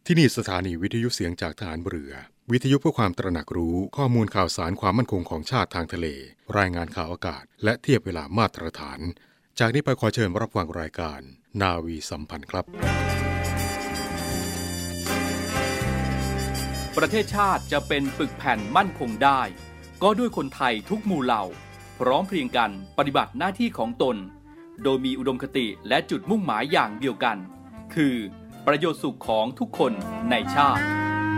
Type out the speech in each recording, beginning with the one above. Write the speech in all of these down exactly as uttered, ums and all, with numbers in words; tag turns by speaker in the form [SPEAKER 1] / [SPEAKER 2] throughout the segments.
[SPEAKER 1] ที่นี่สถานีวิทยุเสียงจากทหารเรือวิทยุเพื่อความตระหนักรู้ข้อมูลข่าวสารความมั่นคงของชาติทางทะเลรายงานข่าวอากาศและเทียบเวลามาตรฐานจากนี้ไปขอเชิญรับฟังรายการนาวีสัมพันธ์ครับ
[SPEAKER 2] ประเทศชาติจะเป็นปึกแผ่นมั่นคงได้ก็ด้วยคนไทยทุกหมู่เหล่าพร้อมเพรียงกันปฏิบัติหน้าที่ของตนโดยมีอุดมคติและจุดมุ่งหมายอย่างเดียวกันคือประโยชน์สุขของทุกคนในชาติ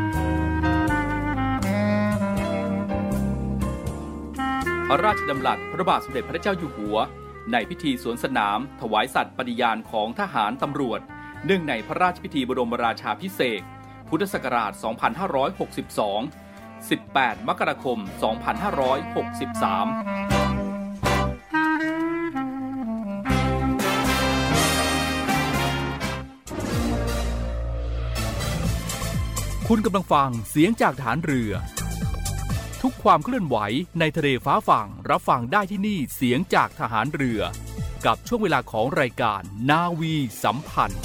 [SPEAKER 2] พระราชดำรัสพระบาทสมเด็จพระเจ้าอยู่หัวในพิธีสวนสนามถวายสัตย์ปฏิญาณของทหารตำรวจเนื่องในพระราชพิธีบรมราชาภิเษกพุทธศักราช สองพันห้าร้อยหกสิบสอง สิบแปด มกราคม สองพันห้าร้อยหกสิบสามคุณกำลังฟังเสียงจากฐานเรือทุกความเคลื่อนไหวในทะเลฟ้าฝั่งรับฟังได้ที่นี่เสียงจากทหารเรือกับช่วงเวลาของรายการนาวีสัมพันธ์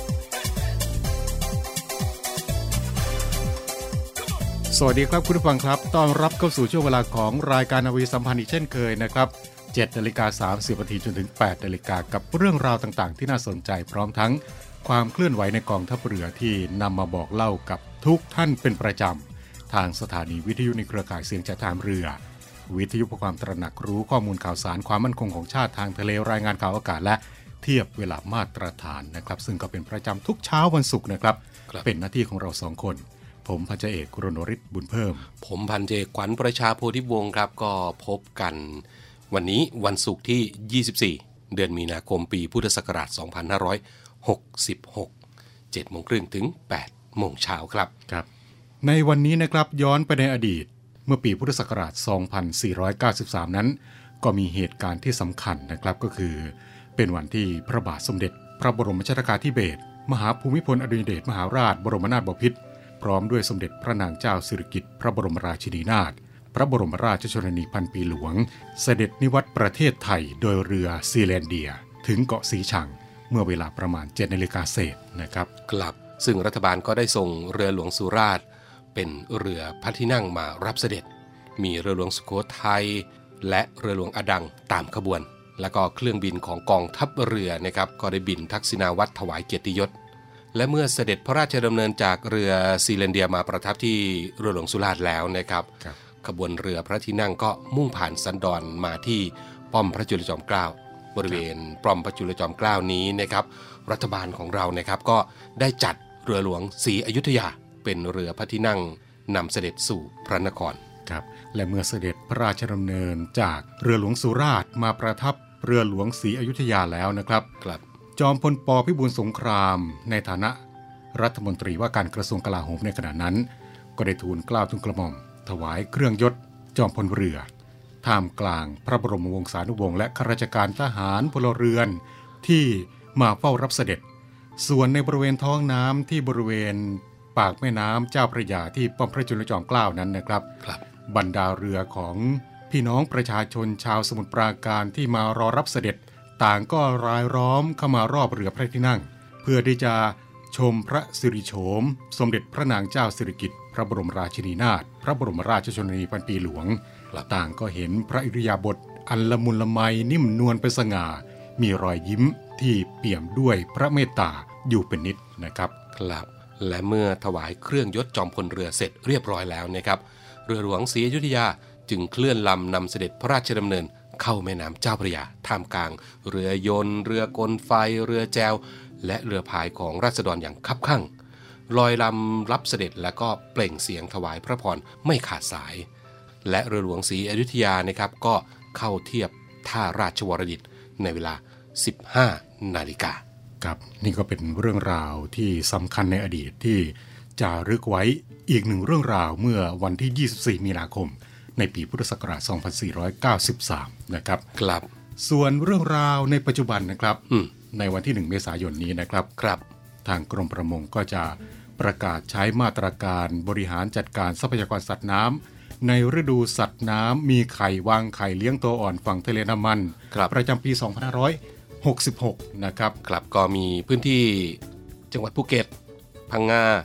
[SPEAKER 1] สวัสดีครับคุณผู้ฟังครับต้อนรับเข้าสู่ช่วงเวลาของรายการนาวีสัมพันธ์อีกเช่นเคยนะครับเจ็ดนาฬิกาสามสิบนาทีจนถึงแปดนาฬิกากับเรื่องราวต่างๆที่น่าสนใจพร้อมทั้งความเคลื่อนไหวในกองทัพเรือที่นำมาบอกเล่ากับทุกท่านเป็นประจำทางสถานีวิทยุในเครือข่ายเสียงจากทหารเรือวิทยุเพื่อความตระหนักรู้ข้อมูลข่าวสารความมั่นคงของชาติทางทะเลรายงานข่าวอากาศและเทียบเวลามาตรฐานนะครับซึ่งก็เป็นประจำทุกเช้าวันศุกร์นะครับเป็นหน้าที่ของเราสองคนผมพันจ่าเอกรณฤทธิ์บุญเพิ่ม
[SPEAKER 3] ผมพันจ่าเอกขวัญประชาโพธิวงศ์ครับก็พบกันวันนี้วันศุกร์ที่ยี่สิบสี่เดือนมีนาคมปีพุทธศักราชสองพันห้าร้อยหกสิบหก เจ็ดโมงครึ่งถึงแปดโมงเช้าครับ
[SPEAKER 1] ครับในวันนี้นะครับย้อนไปในอดีตเมื่อปีพุทธศักราชสองพันสี่ร้อยเก้าสิบสามนั้นก็มีเหตุการณ์ที่สำคัญนะครับก็คือเป็นวันที่พระบาทสมเด็จพระบรมชนกาธิเบศรมหาภูมิพลอดุลยเดชมหาราชบรมนาถบพิตรพร้อมด้วยสมเด็จพระนางเจ้าสิริกิติ์พระบรมราชินีนาถพระบรมราชชนนีพันปีหลวงเสด็จนิวัตรประเทศไทยโดยเรือซีแลนเดียถึงเกาะสีชังเมื่อเวลาประมาณเจ็ดนาฬิกาเศษนะครับ
[SPEAKER 3] ครับซึ่งรัฐบาลก็ได้ส่งเรือหลวงสุราษฎร์เป็นเรือพระที่นั่งมารับเสด็จมีเรือหลวงสุโขทัยและเรือหลวงอดังตามขบวนแล้วก็เครื่องบินของกองทัพเรือนะครับก็ได้บินทักษิณาวัตรถวายเกียรติยศและเมื่อเสด็จพระราชดำเนินจากเรือซีแลนเดียมาประทับที่เรือหลวงสุราษฎร์แล้วนะครับขบวนเรือพระที่นั่งก็มุ่งผ่านสันดอนมาที่ป้อมพระจุลจอมเกล้าบริเวณป้อมพระจุลจอมเกล้านี้นะครับรัฐบาลของเรานะครับก็ได้จัดเรือหลวงศรีอยุธยาเป็นเรือพระที่นั่งนำเสด็จสู่พระนคร
[SPEAKER 1] ครับและเมื่อเสด็จพระราชดำเนินจากเรือหลวงสุราษฎร์มาประทับเรือหลวงศรีอยุธยาแล้วนะครับ
[SPEAKER 3] ครับ
[SPEAKER 1] จอมพลป.พิบูลสงครามในฐานะรัฐมนตรีว่าการกระทรวงกลาโหมในขณะนั้นก็ได้ทูลเกล้าทูลกระหม่อมถวายเครื่องยศจอมพลเรือท่ามกลางพระบรมวงศานุวงศ์และข้าราชการทหารพลเรือนที่มาเฝ้ารับเสด็จส่วนในบริเวณท้องน้ำที่บริเวณปากแม่น้ำเจ้าพระยาที่ป้อมพระจุลจอมเกล้านั้นนะครับบรรดาเรือของพี่น้องประชาชนชาวสมุทรปราการที่มารอรับเสด็จต่างก็รายล้อมเข้ามารอบเรือพระที่นั่งเพื่อที่จะชมพระสิริโฉมสมเด็จพระนางเจ้าสิริกิติ์พระบรมราชินีนาถพระบรมราชชนนีพันปีหลวงต่างก็เห็นพระอิริยาบถอันละมุนละไมนิ่มนวลเป็นสง่ามีรอยยิ้มที่เปี่ยมด้วยพระเมตตาอยู่เป็นนิดนะครับ
[SPEAKER 3] ครับและเมื่อถวายเครื่องยศจอมพลเรือเสร็จเรียบร้อยแล้วนะครับเรือหลวงศรีอยุธยาจึงเคลื่อนลำนำเสด็จพระราชดำเนินเข้าแม่น้ำเจ้าพระยาท่ามกลางเรือยนต์เรือกลไฟเรือแจวและเรือพายของราษฎรอย่างคับคั่งลอยลำรับเสด็จแล้วก็เปล่งเสียงถวายพระพรไม่ขาดสายและเรือหลวงศรีอยุธยานะครับก็เข้าเทียบท่าราชวรดิตในเวลา สิบห้านาฬิกา
[SPEAKER 1] ครับนี่ก็เป็นเรื่องราวที่สำคัญในอดีตที่จารึกไว้อีกหนึ่งเรื่องราวเมื่อวันที่ยี่สิบสี่มีนาคมในปีพุทธศักราชสองพันสี่ร้อยเก้าสิบสามนะครับ
[SPEAKER 3] ครับ
[SPEAKER 1] ส่วนเรื่องราวในปัจจุบันนะครับในวันที่หนึ่งเมษายนนี้นะครับ
[SPEAKER 3] ครับ
[SPEAKER 1] ทางกรมประมงก็จะประกาศใช้มาตรการบริหารจัดการทรัพยากรสัตว์น้ำในฤดูสัตว์น้ำมีไข่วางไข่เลี้ยงตัวอ่อนฝั่งทะเลน้ำมันประจำปีสองพันห้าร้อยหกสิบหกนะครับ
[SPEAKER 3] ครับก็มีพื้นที่จังหวัดภูเก็ตพังงา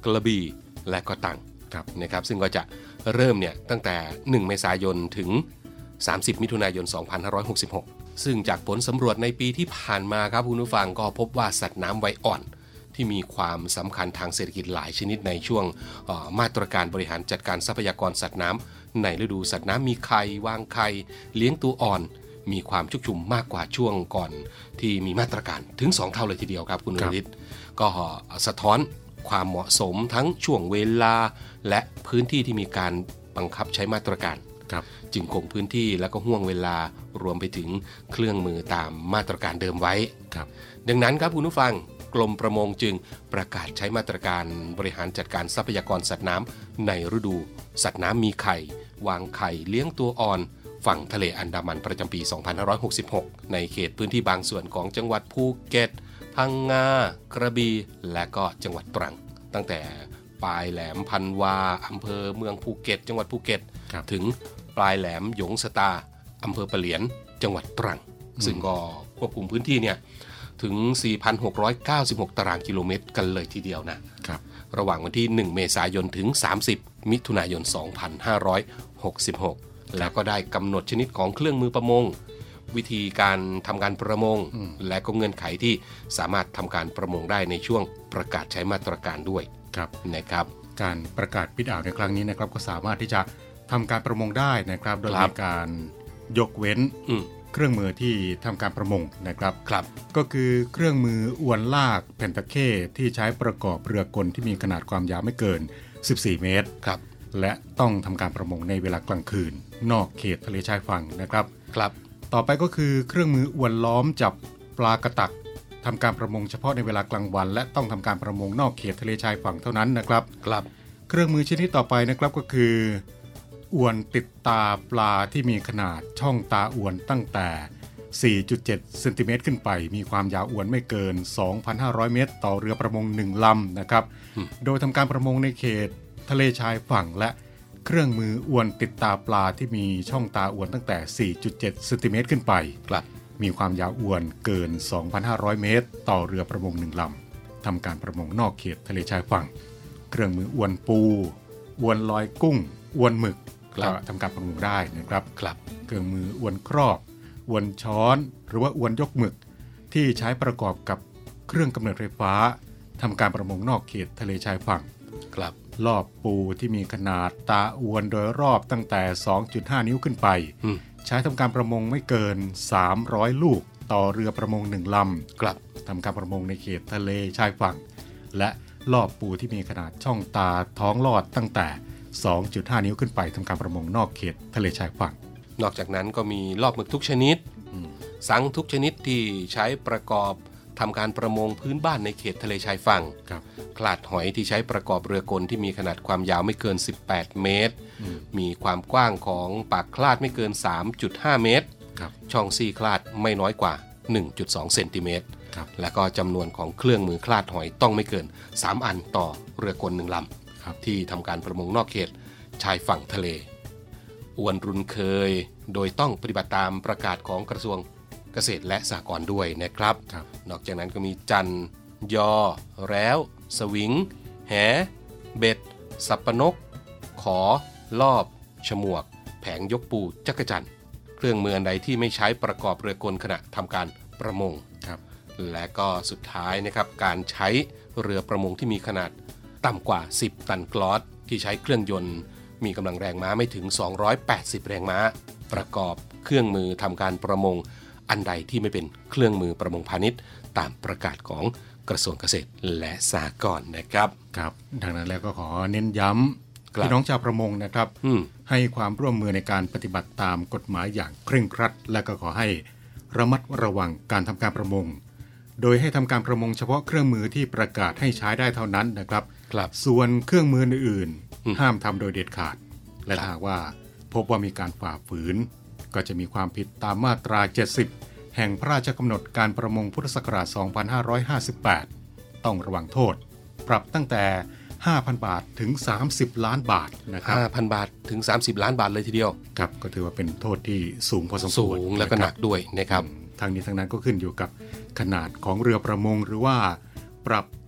[SPEAKER 3] กระบี่และก็ตรัง
[SPEAKER 1] ครับ
[SPEAKER 3] นะครับซึ่งก็จะเริ่มเนี่ยตั้งแต่หนึ่งเมษายนถึงสามสิบมิถุนายนสองพันห้าร้อยหกสิบหกซึ่งจากผลสำรวจในปีที่ผ่านมาครับคุณผู้ฟังก็พบว่าสัตว์น้ำวัยอ่อนที่มีความสำคัญทางเศรษฐกิจหลายชนิดในช่วงมาตรการบริหารจัดการทรัพยากรสัตว์น้ำในฤดูสัตว์น้ำมีไข่วางไข่เลี้ยงตัวอ่อนมีความชุกชุมมากกว่าช่วงก่อนที่มีมาตรการถึงสองเท่าเลยทีเดียวครับคุณวริศก็สะท้อนความเหมาะสมทั้งช่วงเวลาและพื้นที่ที่มีการบังคับใช้มาตรการจึงคงพื้นที่และก็ห่วงเวลารวมไปถึงเครื่องมือตามมาตรการเดิมไว้ดังนั้นครับคุณผู้ฟังกรมประมงจึงประกาศใช้มาตรการบริหารจัดการทรัพยากรสัตว์น้ำในฤดูสัตว์น้ำมีไข่วางไข่เลี้ยงตัวอ่อนฝั่งทะเลอันดามันประจำปีสองพันห้าร้อยหกสิบหกในเขตพื้นที่บางส่วนของจังหวัดภูเก็ตพังงากระบี่และก็จังหวัดตรังตั้งแต่ปลายแหลมพันวาอำเภอเมืองภูเก็ตจังหวัดภูเก็ตถึงปลายแหลมหยงสตาอำเภอปะเหลียนจังหวัดตรังซึ่งก็ควบคุมพื้นที่เนี่ยถึง สี่พันหกร้อยเก้าสิบหก ตารางกิโลเมตรกันเลยทีเดียวนะครับระหว่างวันที่หนึ่งเมษายนถึงสามสิบมิถุนายนสองพันห้าร้อยหกสิบหกแล้วก็ได้กำหนดชนิดของเครื่องมือประมงวิธีการทำการประมงและก็เงื่อนไขที่สามารถทำการประมงได้ในช่วงประกาศใช้มาตรการด้วยนะครับ
[SPEAKER 1] การประกาศปิดอ่าวในครั้งนี้นะครับก็สามารถที่จะทำการประมงได้นะครับโดยมีการยกเว้นเครื่องมือที่ทำการประมงนะครับก็คือเครื่องมืออวนลากเพนตะเข้ที่ใช้ประกอบเรือกลที่มีขนาดความยาวไม่เกินสิบสี่เมตรและต้องทำการประมงในเวลากลางคืนนอกเขตทะเลชายฝั่งนะครับ
[SPEAKER 3] ครับ
[SPEAKER 1] ต่อไปก็คือเครื่องมืออวนล้อมจับปลากระตักทำการประมงเฉพาะในเวลากลางวันและต้องทำการประมงนอกเขตทะเลชายฝั่งเท่านั้นนะครับ
[SPEAKER 3] ครับ
[SPEAKER 1] เครื่องมือชนิดต่อไปนะครับก็คืออวนติดตาปลาที่มีขนาดช่องตาอวนตั้งแต่ สี่จุดเจ็ด เซนติเมตรขึ้นไปมีความยาวอวนไม่เกิน สองพันห้าร้อย เมตรต่อเรือประมงหนึ่งลำนะครับโดยทำการประมงในเขตทะเลชายฝั่งและเครื่องมืออวนติดตาปลาที่มีช่องตาอวนตั้งแต่ สี่จุดเจ็ด เซนติเมตรขึ้นไปมีความยาวอวนเกิน สองพันห้าร้อย เมตรต่อเรือประมงหนึ่งลำทำการประมงนอกเขตทะเลชายฝั่งเครื่องมืออวนปูอวนลอยกุ้งอวนหมึกก็ทำการประมงได้นะครับเครื่องมืออวนครอบอวนช้อนหรือว่าอวนยกหมึกที่ใช้ประกอบกับเครื่องกำเนิดไฟฟ้าทำการประมงนอกเขตทะเลชายฝั่งรอบปูที่มีขนาดตาอวนโดยรอบตั้งแต่ สองจุดห้า นิ้วขึ้นไปใช้ทำการประมงไม่เกินสามร้อยลูกต่อเรือประมงหนึ่งลำทำการประมงในเขตทะเลชายฝั่งและรอบปูที่มีขนาดช่องตาท้องลอดตั้งแต่ สองจุดห้า นิ้วขึ้นไปทำการประมงนอกเขตทะเลชายฝั่ง
[SPEAKER 3] นอกจากนั้นก็มีรอบหมึกทุกชนิดสังทุกชนิดที่ใช้ประกอบทำการประมงพื้นบ้านในเขตทะเลชายฝั่งคลาดหอยที่ใช้ประกอบเรือกลที่มีขนาดความยาวไม่เกินสิบแปดเมตรมีความกว้างของปากคลาดไม่เกิน สามจุดห้า เมตรช่องซี่คลาดไม่น้อยกว่า หนึ่งจุดสอง เซนติเมตรและก็จำนวนของเครื่องมือคลาดหอยต้องไม่เกินสามอันต่อเรือกลหนึ่งลำที่ทำการประมงนอกเขตชายฝั่งทะเลอวนรุนเคยโดยต้องปฏิบัติตามประกาศของกระทรวงเกษตรและสหกรณ์ด้วยนะครับนอกจากนั้นก็มีจันยอแร้วสวิงแหเบ็ดสับปะนกขอลอบฉมวกแผงยกปูจักจั่นเครื่องมืออันใดที่ไม่ใช้ประกอบเรือกลขณะทำการประมงและก็สุดท้ายนะครับการใช้เรือประมงที่มีขนาดต่ำกว่าสิบตันกลอสที่ใช้เครื่องยนต์มีกำลังแรงม้าไม่ถึงสองร้อยแปดสิบแรงม้าประกอบเครื่องมือทำการประมงอันใดที่ไม่เป็นเครื่องมือประมงพาณิชย์ตามประกาศของกระทรวงเกษตรและสหกรณ์นะครับ
[SPEAKER 1] ครับดังนั้นแล้วก็ขอเน้นย้ำพี่น้องชาวประมงนะครับให้ความร่วมมือในการปฏิบัติตามกฎหมายอย่างเคร่งครัดและก็ขอให้ระมัดระวังการทำการประมงโดยให้ทำการประมงเฉพาะเครื่องมือที่ประกาศให้ใช้ได้เท่านั้นนะครับส่วนเครื่องมืออื่นๆห้ามทำโดยเด็ดขาดและถ้าว่าพบว่ามีการฝ่าฝืนก็จะมีความผิดตามมาตราเจ็ดสิบแห่งพระราชกำหนดการประมงพุทธศักราชสองพันห้าร้อยห้าสิบแปดต้องระวังโทษปรับตั้งแต่ ห้าพัน บาทถึงสามสิบล้านบาทนะครับ
[SPEAKER 3] ห้าพัน บาทถึงสามสิบล้านบาทเลยทีเดียว
[SPEAKER 1] ครับก็ถือว่าเป็นโทษที่สูงพอสมควร
[SPEAKER 3] สูงแล้วก็หนักด้วยนะครับ
[SPEAKER 1] ทางนี้ทั้งนั้นก็ขึ้นอยู่กับขนาดของเรือประมงหรือว่าปรับ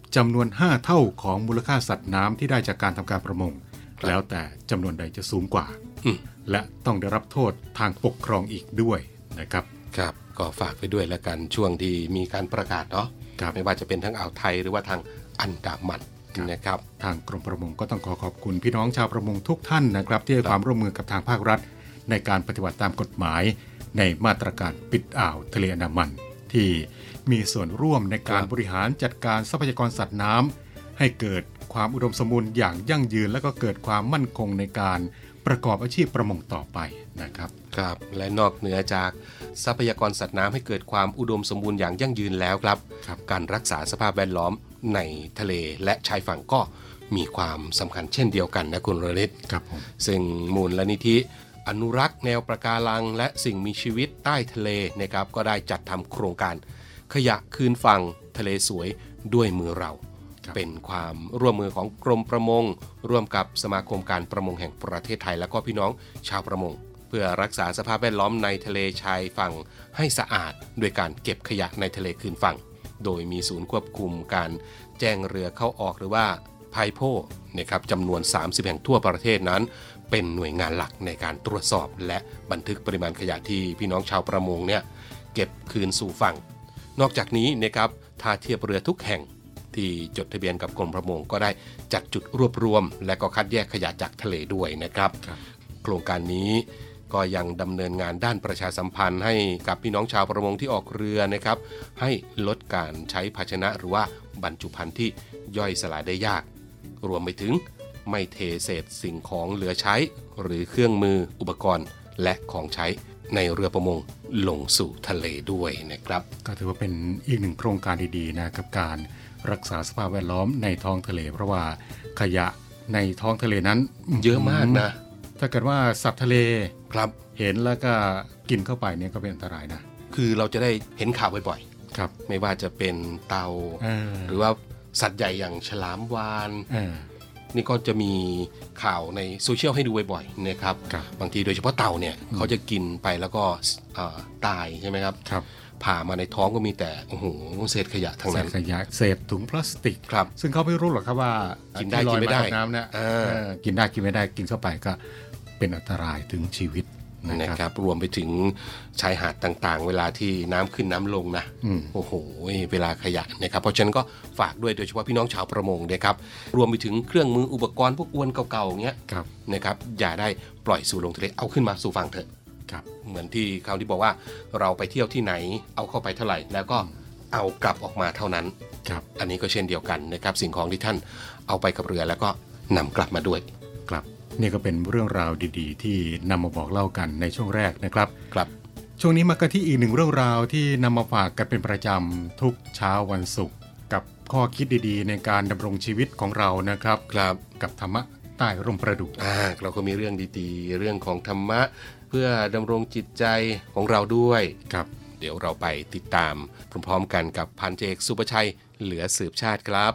[SPEAKER 1] จำนวนห้าเท่าของมูลค่าสัตว์น้ำที่ได้จากการทำการประมงแล้วแต่จำนวนใดจะสูงกว่าและต้องได้รับโทษทางปกครองอีกด้วยนะครับ
[SPEAKER 3] ครับก็ฝากไปด้วยแล้วกันช่วงที่มีการประกาศเนาะไม่ว่าจะเป็นทั้งอ่าวไทยหรือว่าทางอันดามันนะครับ
[SPEAKER 1] ทางกรมประมงก็ต้องขอขอบคุณพี่น้องชาวประมงทุกท่านนะครับที่ให้ความร่วมมือกับทางภาครัฐในการปฏิบัติตามกฎหมายในมาตรการปิดอ่าวทะเลอันดามันที่มีส่วนร่วมในการบริหารจัดการทรัพยากรสัตว์น้ำให้เกิดความอุดมสมบูรณ์อย่างยั่งยืนและก็เกิดความมั่นคงในการประกอบอาชีพประมงต่อไปนะครับ
[SPEAKER 3] ครับและนอกเหนือจากทรัพยากรสัตว์น้ำให้เกิดความอุดมสมบูรณ์อย่างยั่งยืนแล้วครับการรักษาสภาพแวดล้อมในทะเลและชายฝั่งก็มีความสำคัญเช่นเดียวกันนะคุณรฤทธิ์
[SPEAKER 1] ครับผม
[SPEAKER 3] ซึ่งมูลนิธิอนุรักษ์แนวปะการังและสิ่งมีชีวิตใต้ทะเลนะครับก็ได้จัดทำโครงการขยะคืนฝั่งทะเลสวยด้วยมือเราเป็นความร่วมมือของกรมประมงร่วมกับสมาคมการประมงแห่งประเทศไทยและก็พี่น้องชาวประมงเพื่อรักษาสภาพแวดล้อมในทะเลชายฝั่งให้สะอาดด้วยการเก็บขยะในทะเลคืนฝั่งโดยมีศูนย์ควบคุมการแจ้งเรือเข้าออกหรือว่าไพโพนะครับจำนวนสามสิบแห่งทั่วประเทศนั้นเป็นหน่วยงานหลักในการตรวจสอบและบันทึกปริมาณขยะที่พี่น้องชาวประมงเนี่ยเก็บคืนสู่ฝั่งนอกจากนี้นะครับท่าเทียบเรือทุกแห่งที่จดทะเบียนกับกรมประมงก็ได้จัดจุดรวบรวมและก็คัดแยกขยะจากทะเลด้วยนะครับโครงการนี้ก็ยังดำเนินงานด้านประชาสัมพันธ์ให้กับพี่น้องชาวประมงที่ออกเรือนะครับให้ลดการใช้ภาชนะหรือว่าบรรจุภัณฑ์ที่ย่อยสลายได้ยากรวมไปถึงไม่เทเศษสิ่งของเหลือใช้หรือเครื่องมืออุปกรณ์และของใช้ในเรือประมงลงสู่ทะเลด้วยนะครับ
[SPEAKER 1] ก็ถือว่าเป็นอีกหนึ่งโครงการดีๆนะกับการรักษาสภาพแวดล้อมในท้องทะเลเพราะว่าขยะในท้องทะเลนั้น
[SPEAKER 3] เยอะมากนะ
[SPEAKER 1] ถ้าเกิดว่าสัตว์ทะเล
[SPEAKER 3] ครับ
[SPEAKER 1] เห็นแล้วก็กินเข้าไปเนี่ยก็เป็นอันตรายนะ
[SPEAKER 3] คือเราจะได้เห็นข่าวบ่อย
[SPEAKER 1] ๆครับ
[SPEAKER 3] ไม่ว่าจะเป็นเต่าหรือว่าสัตว์ใหญ่อย่างฉลามวาฬนี่ก็จะมีข่าวในโซเชียลให้ดูบ่อยๆนะครับบางทีโดยเฉพาะเต่าเนี่ยเขาจะกินไปแล้วก็ตายใช่ไหมครับ
[SPEAKER 1] ครับ
[SPEAKER 3] ผ่ามาในท้องก็มีแต่โอ้โหเศษขยะทั้งนั้น
[SPEAKER 1] เศษขยะเศษถุงพลาสติก
[SPEAKER 3] ครับ
[SPEAKER 1] ซึ่งเขาไม่รู้หรอกครับว่า
[SPEAKER 3] กินได้กินไม่ได้
[SPEAKER 1] น้ำเนี่ยกินได้กินไม่ได้กินเข้าไปก็เป็นอันตรายถึงชีวิต
[SPEAKER 3] นะครับรวมไปถึงชายหาดต่างๆเวลาที่น้ำขึ้นน้ำลงนะโอ้โหเวลาขยะนะครับเพราะฉะนั้นก็ฝากด้วยโดยเฉพาะพี่น้องชาวประมงนะครับรวมไปถึงเครื่องมืออุปกรณ์พวกอวนเก่าๆอย่างเงี้ยนะครับอย่าได้ปล่อยสู่ลงทะเลเอาขึ้นมาสู่ฝั่งเถอะเหมือนที่เขาที่บอกว่าเราไปเที่ยวที่ไหนเอาเข้าไปเท่าไหร่แล้วก็เอากลับออกมาเท่านั้นอันนี้ก็เช่นเดียวกันนะครับสิ่งของที่ท่านเอาไปกับเรือแล้วก็นำกลับมาด้วย
[SPEAKER 1] ครับนี่ก็เป็นเรื่องราวดีๆที่นำมาบอกเล่ากันในช่วงแรกนะครับ
[SPEAKER 3] ครับ
[SPEAKER 1] ช่วงนี้มากันที่อีกหนึ่งเรื่องราวที่นำมาฝากกันเป็นประจำทุกเช้าวันศุกร์กับข้อคิดดีๆในการดำรงชีวิตของเรานะครับ
[SPEAKER 3] ครับ
[SPEAKER 1] กับธรรมะใต้ร่มประดุจ
[SPEAKER 3] อ่าเราก็มีเรื่องดีๆเรื่องของธรรมะเพื่อดำรงจิตใจของเราด้วย
[SPEAKER 1] ครับ
[SPEAKER 3] เดี๋ยวเราไปติดตามพร้อมๆกันกับพันเอกสุประชัยเหลือสืบชาติครับ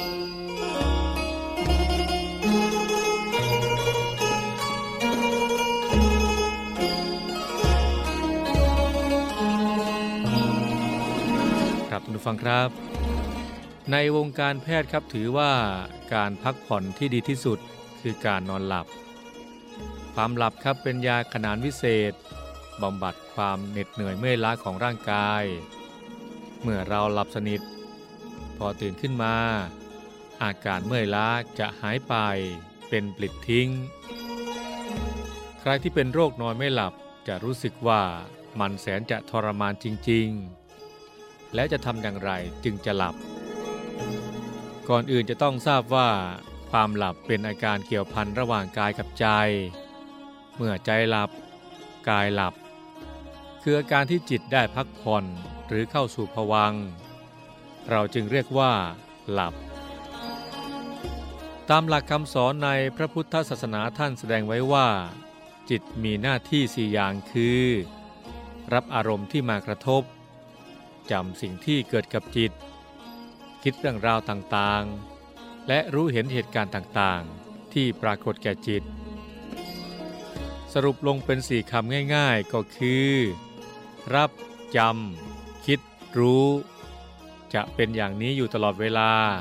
[SPEAKER 4] ครับทุกฟังครับในวงการแพทย์ครับถือว่าการพักผ่อนที่ดีที่สุดคือการนอนหลับความหลับครับเป็นยาขนานวิเศษบำบัดความเหน็ดเหนื่อยเมื่อยล้าของร่างกายเมื่อเราหลับสนิทพอตื่นขึ้นมาอาการเมื่อยล้าจะหายไปเป็นปลิดทิ้งใครที่เป็นโรคนอนไม่หลับจะรู้สึกว่ามันแสนจะทรมานจริงๆและจะทำอย่างไรจึงจะหลับก่อนอื่นจะต้องทราบว่าความหลับเป็นอาการเกี่ยวพันระหว่างกายกับใจเมื่อใจหลับกายหลับคืออาการที่จิตได้พักผ่อนหรือเข้าสู่ภวังค์เราจึงเรียกว่าหลับตามหลักคำสอนในพระพุทธศาสนาท่านแสดงไว้ว่าจิตมีหน้าที่สี่อย่างคือรับอารมณ์ที่มากระทบจำสิ่งที่เกิดกับจิตคิดเรื่องราวต่างๆและรู้เห็นเหตุการณ์ต่างๆที่ปรากฏแก่จิตสรุปลงเป็นสี่คำง่ายๆก็คือรับจำคิดรู้จะเป็นอย่างนี้อยู่ตลอดเวลา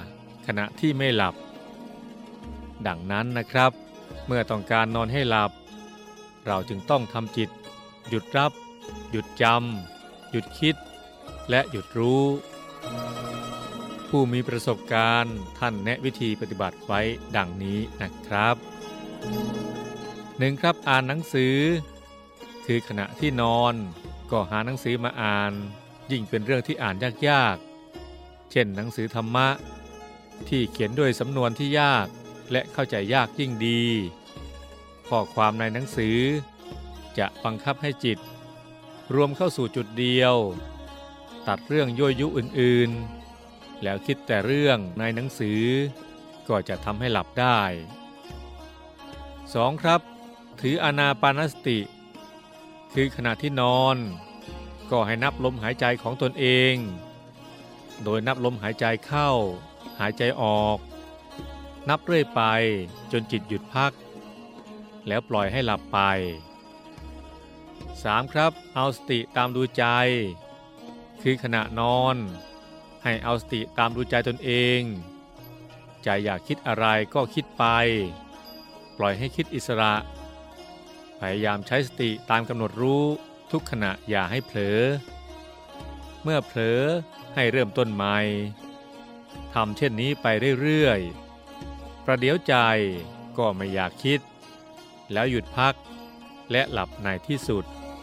[SPEAKER 4] ขณะที่ไม่หลับดังนั้นนะครับเมื่อต้องการนอนให้หลับเราจึงต้องทำจิตหยุดรับหยุดจำหยุดคิดและหยุดรู้ผู้มีประสบการณ์ท่านแนะวิธีปฏิบัติไว้ดังนี้นะครับ หนึ่ง ครับอ่านหนังสือคือขณะที่นอนก็หาหนังสือมาอ่านยิ่งเป็นเรื่องที่อ่านยากๆเช่นหนังสือธรรมะที่เขียนด้วยสำนวนที่ยากและเข้าใจยากยิ่งดีข้อความในหนังสือจะบังคับให้จิตรวมเข้าสู่จุดเดียวตัดเรื่องยั่วยุอื่นๆแล้วคิดแต่เรื่องในหนังสือก็จะทำให้หลับได้ สอง ครับถืออานาปานสติคือขณะที่นอนก็ให้นับลมหายใจของตนเองโดยนับลมหายใจเข้าหายใจออกนับเรื่อยไปจนจิตหยุดพักแล้วปล่อยให้หลับไป สาม ครับเอาสติตามดูใจคือขณะนอนให้เอาสติตามดูใจตนเองใจอยากคิดอะไรก็คิดไปปล่อยให้คิดอิสระพยายามใช้สติตามกำหนดรู้ทุกขณะอย่าให้เผลอเมื่อเผลอให้เริ่มต้นใหม่ทำเช่นนี้ไปเรื่อยๆประเดี๋ยวใจก็ไม่อยากคิดแล้วหยุดพักและหลับในที่สุด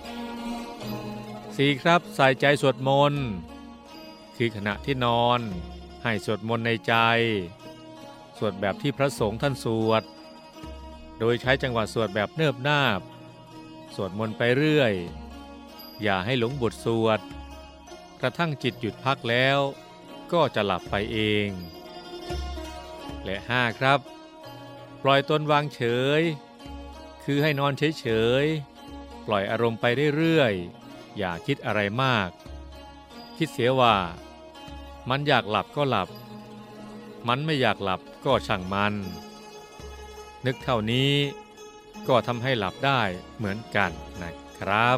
[SPEAKER 4] สี่ ครับใส่ใจสวดมนต์คือขณะที่นอนให้สวดมนต์ในใจสวดแบบที่พระสงฆ์ท่านสวดโดยใช้จังหวะสวดแบบเนิบนาบสวดมนต์ไปเรื่อยอย่าให้หลงบทสวดกระทั่งจิตหยุดพักแล้วก็จะหลับไปเองและ ห้า ครับปล่อยตนวางเฉยคือให้นอนเฉยๆปล่อยอารมณ์ไปเรื่อยๆอย่าคิดอะไรมากคิดเสียว่ามันอยากหลับก็หลับมันไม่อยากหลับก็ช่างมันนึกเท่านี้ก็ทำให้หลับได้เหมือนกันนะครับ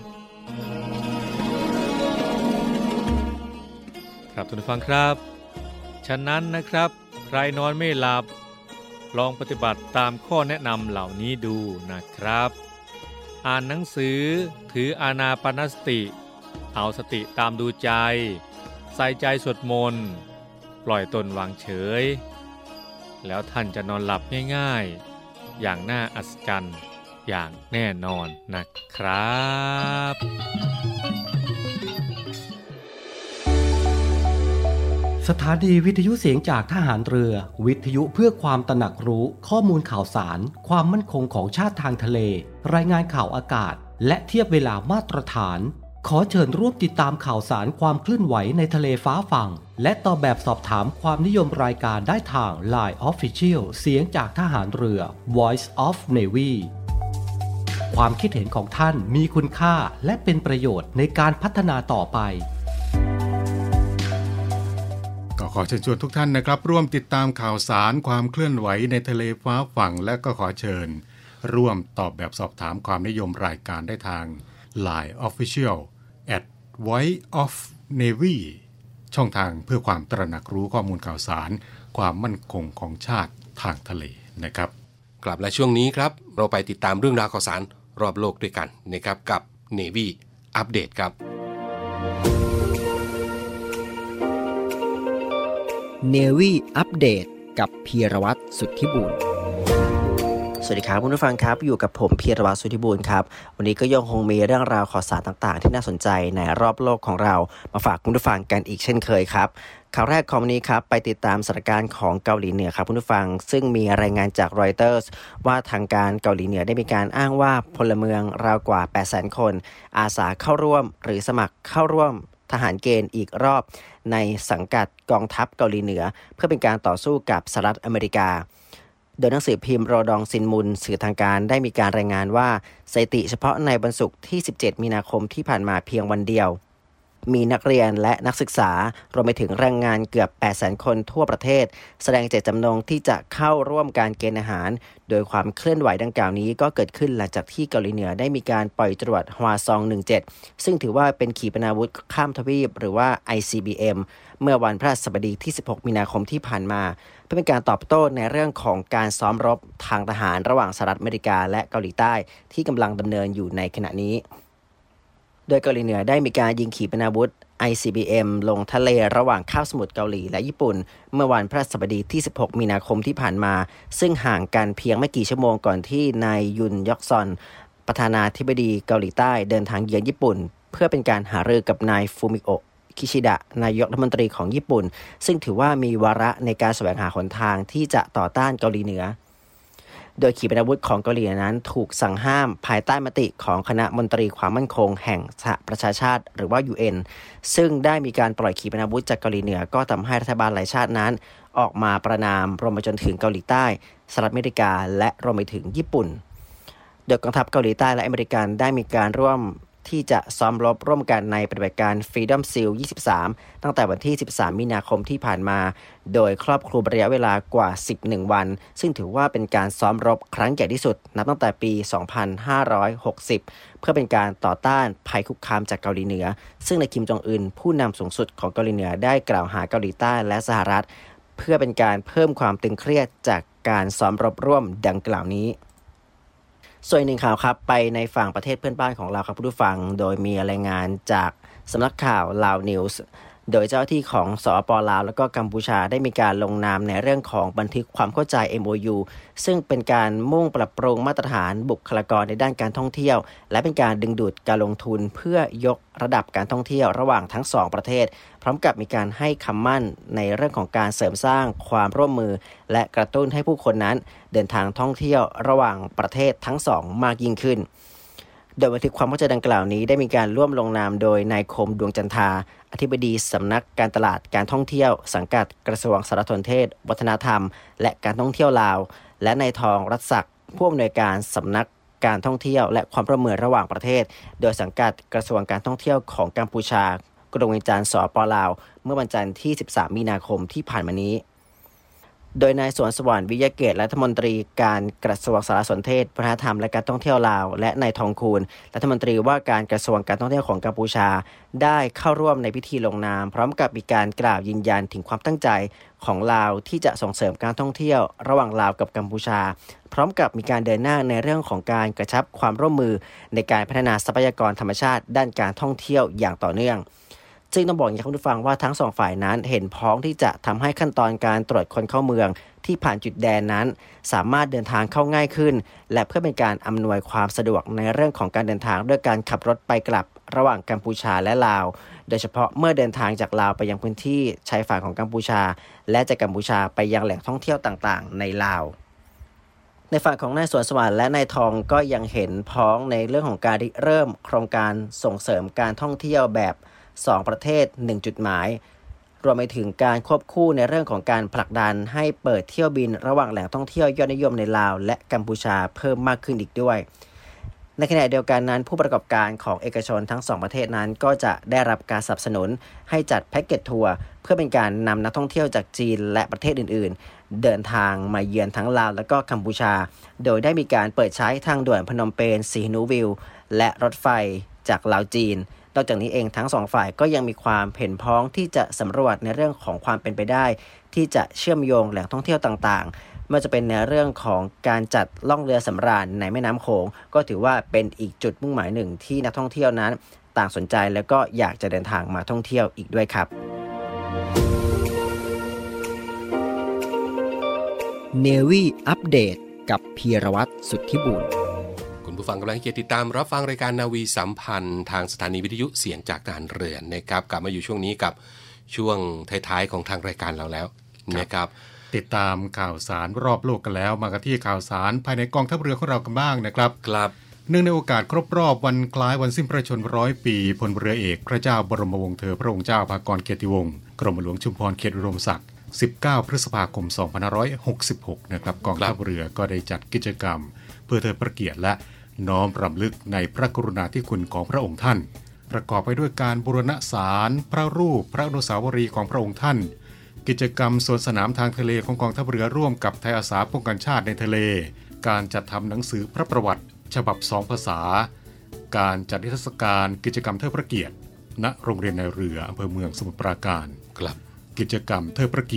[SPEAKER 4] ครับทุกท่านฟังครับฉะนั้นนะครับใครนอนไม่หลับลองปฏิบัติตามข้อแนะนำเหล่านี้ดูนะครับอ่านหนังสือถืออานาปานสติเอาสติตามดูใจใส่ใจสวดมนต์ปล่อยตนวางเฉยแล้วท่านจะนอนหลับง่ายๆอย่างน่าอัศจรรย์อย่างแน่นอนนะครับ
[SPEAKER 5] สถานีวิทยุเสียงจากทหารเรือวิทยุเพื่อความตระหนักรู้ข้อมูลข่าวสารความมั่นคงของชาติทางทะเลรายงานข่าวอากาศและเทียบเวลามาตรฐานขอเชิญร่วมติดตามข่าวสารความเคลื่อนไหวในทะเลฟ้าฝั่งและตอบแบบสอบถามความนิยมรายการได้ทาง ไลน์ Official เสียงจากทหารเรือ Voice of Navy ความคิดเห็นของท่านมีคุณค่าและเป็นประโยชน์ในการพัฒนาต่อไป
[SPEAKER 1] ก็ขอเชิญชวนทุกท่านนะครับร่วมติดตามข่าวสารความเคลื่อนไหวในทะเลฟ้าฝั่งและก็ขอเชิญร่วมตอบแบบสอบถามความนิยมรายการได้ทาง ไลน์ Official at voice of navy ช่องทางเพื่อความตระหนักรู้ข้อมูลข่าวสารความมั่นคงของชาติทางทะเลนะครับ
[SPEAKER 3] กลับและช่วงนี้ครับเราไปติดตามเรื่องราวข่าวสารรอบโลกด้วยกันนะครับกับ Navy อัปเดตครับ
[SPEAKER 6] Navy อัปเดตกับพีรวัตรสุทธิบุญสวัสดีครับคุณผู้ฟังครับอยู่กับผมพีรวัตรสุทธิบุญครับวันนี้ก็ยังคงมีเรื่องราวข่าวสารต่างๆที่น่าสนใจในรอบโลกของเรามาฝากคุณผู้ฟังกันอีกเช่นเคยครับข่าวแรกของวันนี้ครับไปติดตามสถานการณ์ของเกาหลีเหนือครับคุณผู้ฟังซึ่งมีรายงานจากรอยเตอร์สว่าทางการเกาหลีเหนือได้มีการอ้างว่าพลเมืองราวกว่า แปดแสน คนอาสาเข้าร่วมหรือสมัครเข้าร่วมทหารเกณฑ์อีกรอบในสังกัดกองทัพเกาหลีเหนือเพื่อเป็นการต่อสู้กับสหรัฐอเมริกาโดยหนังสือพิมพ์โรดองซินมุนสื่อทางการได้มีการรายงานว่าสถิติเฉพาะในวันศุกร์ที่สิบเจ็ดมีนาคมที่ผ่านมาเพียงวันเดียวมีนักเรียนและนักศึกษารวมไปถึงแรงงานเกือบ แปดแสน คนทั่วประเทศแสดงเจตจำนงที่จะเข้าร่วมการเกณฑ์อาหารโดยความเคลื่อนไหวดังกล่าวนี้ก็เกิดขึ้นหลังจากที่เกาหลีเหนือได้มีการปล่อยจรวดฮวาซอง สิบเจ็ดซึ่งถือว่าเป็นขีปนาวุธข้ามทวีปหรือว่า ไอ ซี บี เอ็ม เมื่อวันพฤหัสบดีที่สิบหกมีนาคมที่ผ่านมาเพื่อเป็นการตอบโต้ในเรื่องของการซ้อมรบทางทหารระหว่างสหรัฐอเมริกาและเกาหลีใต้ที่กำลังดำเนินอยู่ในขณะนี้โดยเกาหลีเหนือได้มีการยิงขีปนาวุธ ไอ ซี บี เอ็ม ลงทะเลระหว่างคาบสมุทรเกาหลีและญี่ปุ่นเมื่อวันพฤหัสบดีที่สิบหกมีนาคมที่ผ่านมาซึ่งห่างกันเพียงไม่กี่ชั่วโมงก่อนที่นายยุนยอกซอนประธานาธิบดีเกาหลีใต้เดินทางเยือนญี่ปุ่นเพื่อเป็นการหารือกับนายฟูมิโอะคิชิดะนายกรัฐมนตรีของญี่ปุ่นซึ่งถือว่ามีวาระในการแสวงหาหนทางที่จะต่อต้านเกาหลีเหนือโดยขีปนาวุธของเกาหลีเหนือนั้นถูกสั่งห้ามภายใต้มติของคณะมนตรีความมั่นคงแห่งสหประชาชาติหรือว่า ยู เอ็น ซึ่งได้มีการปล่อยขีปนาวุธจากเกาหลีเหนือก็ทำให้รัฐบาลหลายชาตินั้นออกมาประณามรวมไปจนถึงเกาหลีใต้สหรัฐอเมริกาและรวมไปถึงญี่ปุ่นโดยกองทัพเกาหลีใต้และอเมริกันได้มีการร่วมที่จะซ้อมรบร่วมกันในปฏิบัติการ Freedom Seal ยี่สิบสามตั้งแต่วันที่สิบสามมีนาคมที่ผ่านมาโดยครอบคลุมระยะเวลากว่าสิบเอ็ดวันซึ่งถือว่าเป็นการซ้อมรบครั้งใหญ่ที่สุดนับตั้งแต่ปี สองพันห้าร้อยหกสิบ เพื่อเป็นการต่อต้านภัยคุกคามจากเกาหลีเหนือซึ่งนายคิมจองอึนผู้นำสูงสุดของเกาหลีเหนือได้กล่าวหาเกาหลีใต้และสหรัฐเพื่อเป็นการเพิ่มความตึงเครียดจากการซ้อมรบร่วมดังกล่าวนี้ส่วนหนึ่งข่าวครับไปในฝั่งประเทศเพื่อนบ้านของเราครับผู้ฟังโดยมีรายงานจากสำนักข่าวลาวนิวส์โดยเจ้าหน้าที่ของสปป.ลาวและก็กัมพูชาได้มีการลงนามในเรื่องของบันทึกความเข้าใจ เอ็ม โอ ยู ซึ่งเป็นการมุ่งปรับปรุงมาตรฐานบุคลากรในด้านการท่องเที่ยวและเป็นการดึงดูดการลงทุนเพื่อยกระดับการท่องเที่ยวระหว่างทั้งสองประเทศพร้อมกับมีการให้คำมั่นในเรื่องของการเสริมสร้างความร่วมมือและกระตุ้นให้ผู้คนนั้นเดินทางท่องเที่ยวระหว่างประเทศทั้งสองมากยิ่งขึ้นโดยบันทึกความเข้าใจดังกล่าวนี้ได้มีการร่วมลงนามโดยนายคมดวงจันทาอธิบดีสำนักการตลาดการท่องเที่ยวสังกัดกระทรวงสารสนเทศวัฒนธรรมและการท่องเที่ยวลาวและนายทองรัตศักดิ์ผู้อำนวยการสำนักการท่องเที่ยวและความร่วมมือระหว่างประเทศโดยสังกัดกระทรวงการท่องเที่ยวของกัมพูชากรุงเวียงจันทร์สปป.ลาวเมื่อวันจันทร์ที่สิบสามมีนาคมที่ผ่านมานี้โดยนายสวนสวรรค์วิยเกตรัฐมนตรีการกระทรวงสารสนเทศวัฒนธรรมและการท่องเที่ยวลาวและนายทองคูลรัฐมนตรีว่าการกระทรวงการท่องเที่ยวของกัมพูชาได้เข้าร่วมในพิธีลงนามพร้อมกับมีการกล่าวยืนยันถึงความตั้งใจของลาวที่จะส่งเสริมการท่องเที่ยวระหว่างลาวกับกัมพูชาพร้อมกับมีการเดินหน้าในเรื่องของการกระชับความร่วมมือในการพัฒนาทรัพยากรธรรมชาติด้านการท่องเที่ยวอย่างต่อเนื่องซึ่งต้องบอกอย่างคุณผู้ฟังว่าทั้งสองฝ่ายนั้นเห็นพ้องที่จะทำให้ขั้นตอนการตรวจคนเข้าเมืองที่ผ่านจุดแดนนั้นสามารถเดินทางเข้าง่ายขึ้นและเพื่อเป็นการอำนวยความสะดวกในเรื่องของการเดินทางด้วยการขับรถไปกลับระหว่างกัมพูชาและลาวโดยเฉพาะเมื่อเดินทางจากลาวไปยังพื้นที่ชายฝั่งของกัมพูชาและจากกัมพูชาไปยังแหล่งท่องเที่ยวต่างๆในลาวในฝั่งของนายสวนสวรรค์และนายทองก็ยังเห็นพ้องในเรื่องของการเริ่มโครงการส่งเสริมการท่องเที่ยวแบบสองประเทศหนึ่งจุดหมายรวมไปถึงการควบคู่ในเรื่องของการผลักดันให้เปิดเที่ยวบินระหว่างแหล่งท่องเที่ยวยอดนิยมในลาวและกัมพูชาเพิ่มมากขึ้นอีกด้วยในขณะเดียวกันนั้นผู้ประกอบการของเอกชนทั้งสองประเทศนั้นก็จะได้รับการสนับสนุนให้จัดแพ็กเกจทัวร์เพื่อเป็นการนำนักท่องเที่ยวจากจีนและประเทศอื่นๆเดินทางมาเยือนทั้งลาวและก็กัมพูชาโดยได้มีการเปิดใช้ทางด่วนพนมเปญสีนูวิลและรถไฟจากลาวจีนนอกจากนี้เองทั้งสองฝ่ายก็ยังมีความเห็นพ้องที่จะสำรวจในเรื่องของความเป็นไปได้ที่จะเชื่อมโยงแหล่งท่องเที่ยวต่างๆไม่ว่าจะเป็นในเรื่องของการจัดล่องเรือสำราญในแม่น้ำโขงก็ถือว่าเป็นอีกจุดมุ่งหมายหนึ่งที่นักท่องเที่ยวนั้นต่างสนใจแล้วก็อยากจะเดินทางมาท่องเที่ยวอีกด้วยครับ
[SPEAKER 5] Navy อัปเดตกับพีรวัตรสุทธิบุญ
[SPEAKER 3] คุณผู้ฟังกำลังเกียรติติดตามรับฟังรายการนาวีสัมพันธ์ทางสถานีวิทยุเสียงจากทหารเรือนะครับกลับมาอยู่ช่วงนี้กับช่วงท้ายๆของทางรายการเราแล้วนะครับ
[SPEAKER 1] ติดตามข่าวสารรอบโลกกันแล้วมากันที่ข่าวสารภายในกองทัพเรือของเรากันบ้างนะครับ
[SPEAKER 3] ครับ
[SPEAKER 1] เนื่องในโอกาสครบรอบวันคล้ายวันสิ้นพระชนม์ร้อยปีพลเรือเอกพระเจ้าบรมวงศ์เธอพระองค์เจ้าภากรเกียรติวงศ์กรมหลวงชุมพรเขตอุดมศักดิ์สิบเก้าพฤษภาคมสองพันห้าร้อยหกสิบหกนะครับกองทัพเรือก็ได้จัดกิจกรรมเพื่อเทิดพระเกียรติและน้อมรำลึกในพระกรุณาธิคุณของพระองค์ท่านประกอบไปด้วยการบูรณะศาลพระรูปพระอนุสาวรีย์ของพระองค์ท่านกิจกรรมสวนสนามทางทะเลของกองทัพเรือร่วมกับไทยอาสาป้องกันชาติในทะเลการจัดทำหนังสือพระประวัติฉบับสองภาษาการจัดนิทรรศการกิจกรรมเทิดพระเกียรติณโรงเรียนในเรืออำเภอเมืองสมุทรปราการ
[SPEAKER 3] ครับ
[SPEAKER 1] กิจกรรมเทิดพระเกียรติ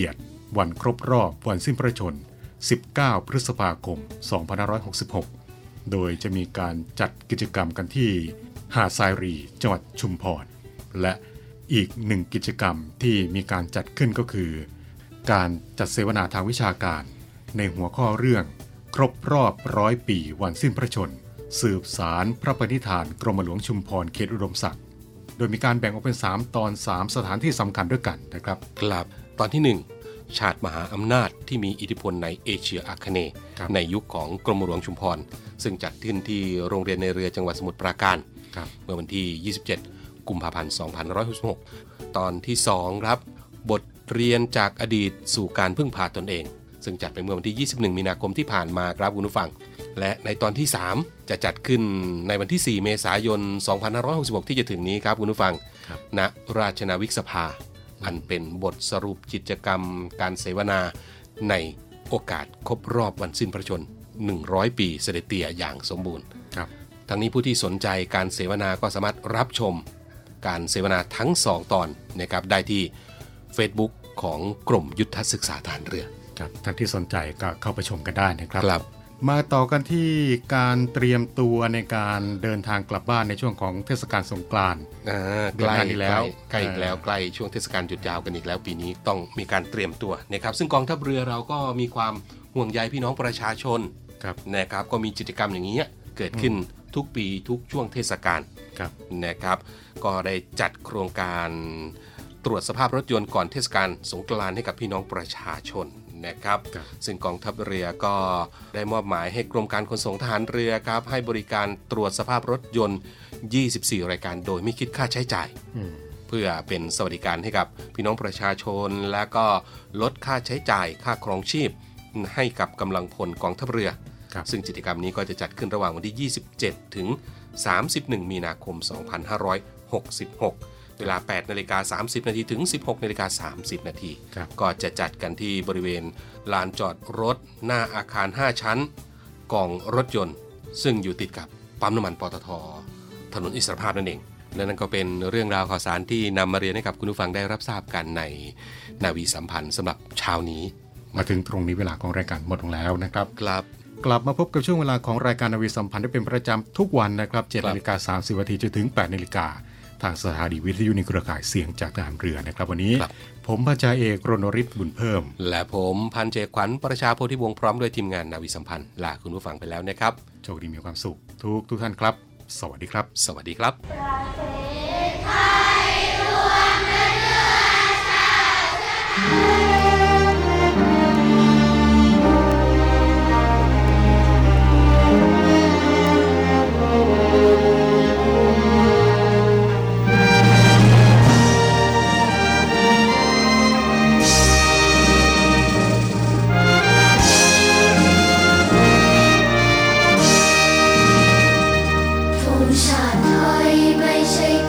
[SPEAKER 1] วันครบรอบวันสิ้นพระชนม์สิบเก้าพฤษภาคมสองพันห้าร้อยหกสิบหกโดยจะมีการจัดกิจกรรมกันที่หาดทรายรีจังหวัดชุมพรและอีกหนึ่งกิจกรรมที่มีการจัดขึ้นก็คือการจัดเสวนาทางวิชาการในหัวข้อเรื่องครบรอบร้อยปีวันสิ้นพระชนม์สืบสารพระปณิธานกรมหลวงชุมพรเขตอุดมศักดิ์โดยมีการแบ่งออกเป็นสามตอนสามสถานที่สำคัญด้วยกันนะครับ
[SPEAKER 3] ครับตอนที่หนึ่งชาติมหาอำนาจที่มีอิทธิพลในเอเชียอาคเนย์ในยุคของกรมหลวงชุมพรซึ่งจัดขึ้นที่โรงเรียนในเรือจังหวัดสมุทรปราการเมื่อวันที่ยี่สิบเจ็ดกุมภาพันธ์สองพันห้าร้อยหกสิบหกตอนที่สองครับบทเรียนจากอดีตสู่การพึ่งพาตนเองซึ่งจัดไปเมื่อวันที่ยี่สิบเอ็ดมีนาคมที่ผ่านมาครับคุณผู้ฟังและในตอนที่สามจะจัดขึ้นในวันที่สี่เมษายนสองพันห้าร้อยหกสิบหกที่จะถึงนี้ครับคุณผู้ฟังณราชนาวิกสภาอันเป็นบทสรุปกิจกรรมการเสวนาในโอกาสครบรอบวันสิ้นพระชนม์หนึ่งร้อยปีเสด็จเตี่ยอย่างสมบูรณ์ทั้งนี้ผู้ที่สนใจการเสวนาก็สามารถรับชมการเสวนาทั้งสองตอนนะครับได้ที่ Facebook ของกรมยุทธศึกษาทหารเรือ
[SPEAKER 1] ครับท่านที่สนใจก็เข้าไปชมกันได้นะครับครับมาต่อกันที่การเตรียมตัวในการเดินทางกลับบ้านในช่วงของเทศกาลสงกรานต์
[SPEAKER 3] ใกล้อีกแล้วใกล้อีกแล้วใกล้ช่วงเทศกาลหยุดยาวกันอีกแล้วปีนี้ต้องมีการเตรียมตัวนะครับซึ่งกองทัพเรือเราก็มีความห่วงใยพี่น้องประชาชนนะครับก็มีกิจกรรมอย่างนี้เกิดขึ้นทุกปีทุกช่วงเทศกาลนะครับก็ได้จัดโครงการตรวจสภาพรถยนต์ก่อนเทศกาลสงกรานต์ให้กับพี่น้องประชาชนนะครับซึ่งกองทัพเรือก็ได้มอบหมายให้กรมการขนส่งทหารเรือครับให้บริการตรวจสภาพรถยนต์ยี่สิบสี่รายการโดยไม่คิดค่าใช้จ่ายเพื่อเป็นสวัสดิการให้กับพี่น้องประชาชนและก็ลดค่าใช้จ่ายค่าครองชีพให้กับกำลังพลกองทัพเรือซึ่งกิจกรรมนี้ก็จะจัดขึ้นระหว่างวันที่ยี่สิบเจ็ดถึงสามสิบเอ็ดมีนาคมสองพันห้าร้อยหกสิบหกเวลา แปดนาฬิกาสามสิบนาทีถึง สิบหกนาฬิกาสามสิบนาทีก็จะจัดกันที่บริเวณลานจอดรถหน้าอาคารห้าชั้นกองรถยนต์ซึ่งอยู่ติดกับปั๊มน้ำมันปตท.ถนนอิสรภาพนั่นเองและนั่นก็เป็นเรื่องราวข่าวสารที่นำมาเรียนให้กับคุณผู้ฟังได้รับทราบกันในนาวีสัมพันธ์สำหรับเช้านี้
[SPEAKER 1] มาถึงตรงนี้เวลาของรายการหมดลงแล้วนะครับ
[SPEAKER 3] ครับ
[SPEAKER 1] กลับมาพบกับช่วงเวลาของรายการนาวีสัมพันธ์ได้เป็นประจำทุกวันนะครับ เจ็ดนาฬิกาสามสิบนาทีจนถึง แปดนาฬิกาทางสถานีวิทยุในเครือข่ายเสียงจากทหารเรือนะครับวันนี้ผมพันจ่าเอกรณฤทธิ์บุญเพิ่ม
[SPEAKER 3] และผมพันเจขวัญประชาโพธิวงศ์พร้อมด้วยทีมงานนาวีสัมพันธ์ลาคุณผู้ฟังไปแล้วนะครับ
[SPEAKER 1] โชคดีมีความสุขทุกทุกท่านครับสวัสดีครับ
[SPEAKER 3] สวัสดีครับ
[SPEAKER 7] ชาติไทยไม่ใช่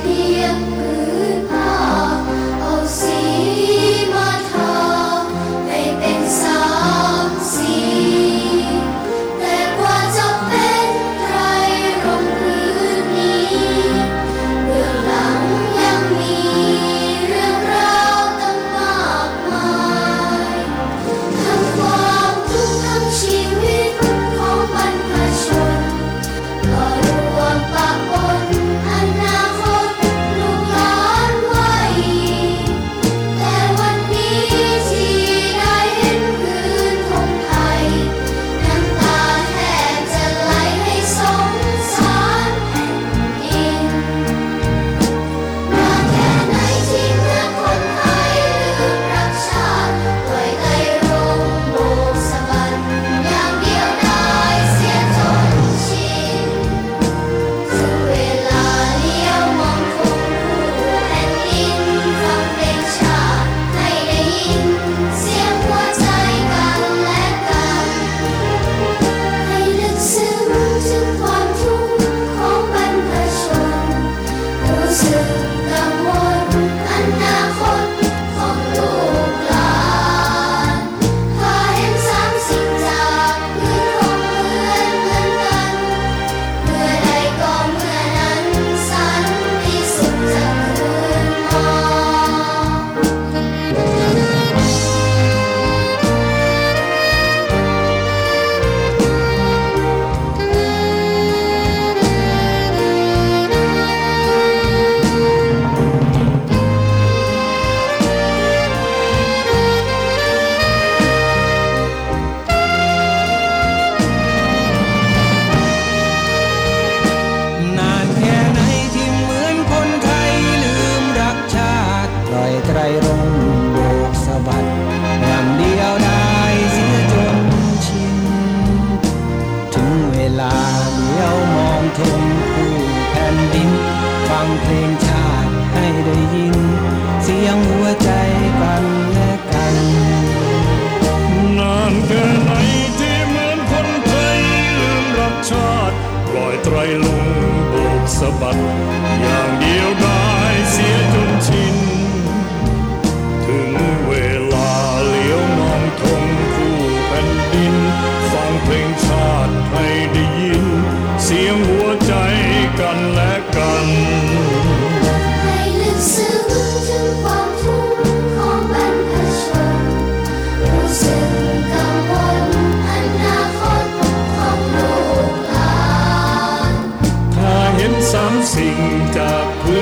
[SPEAKER 7] เพลงชาติให้ได้ยินเสียงหัวใจกันและกันนานแค่ไหนที่เหมือนคนไทยลืมรักชาติปล่อยไตรลงโบกสะบัดอย่างเดียวได้เสียจนชินถึงเวลาเลี้ยวมองธงคู่แผ่นดินฟังเพลงชาติให้ได้ยินเสียงหัวใจกันและกัน
[SPEAKER 8] ให้ลึกซึ้งถึงความทุกข์ของบรรพชนรู้สึกกังวลอนาคตของลูกหลาน
[SPEAKER 7] ถ้าเห็นสามสิ่งจากพื้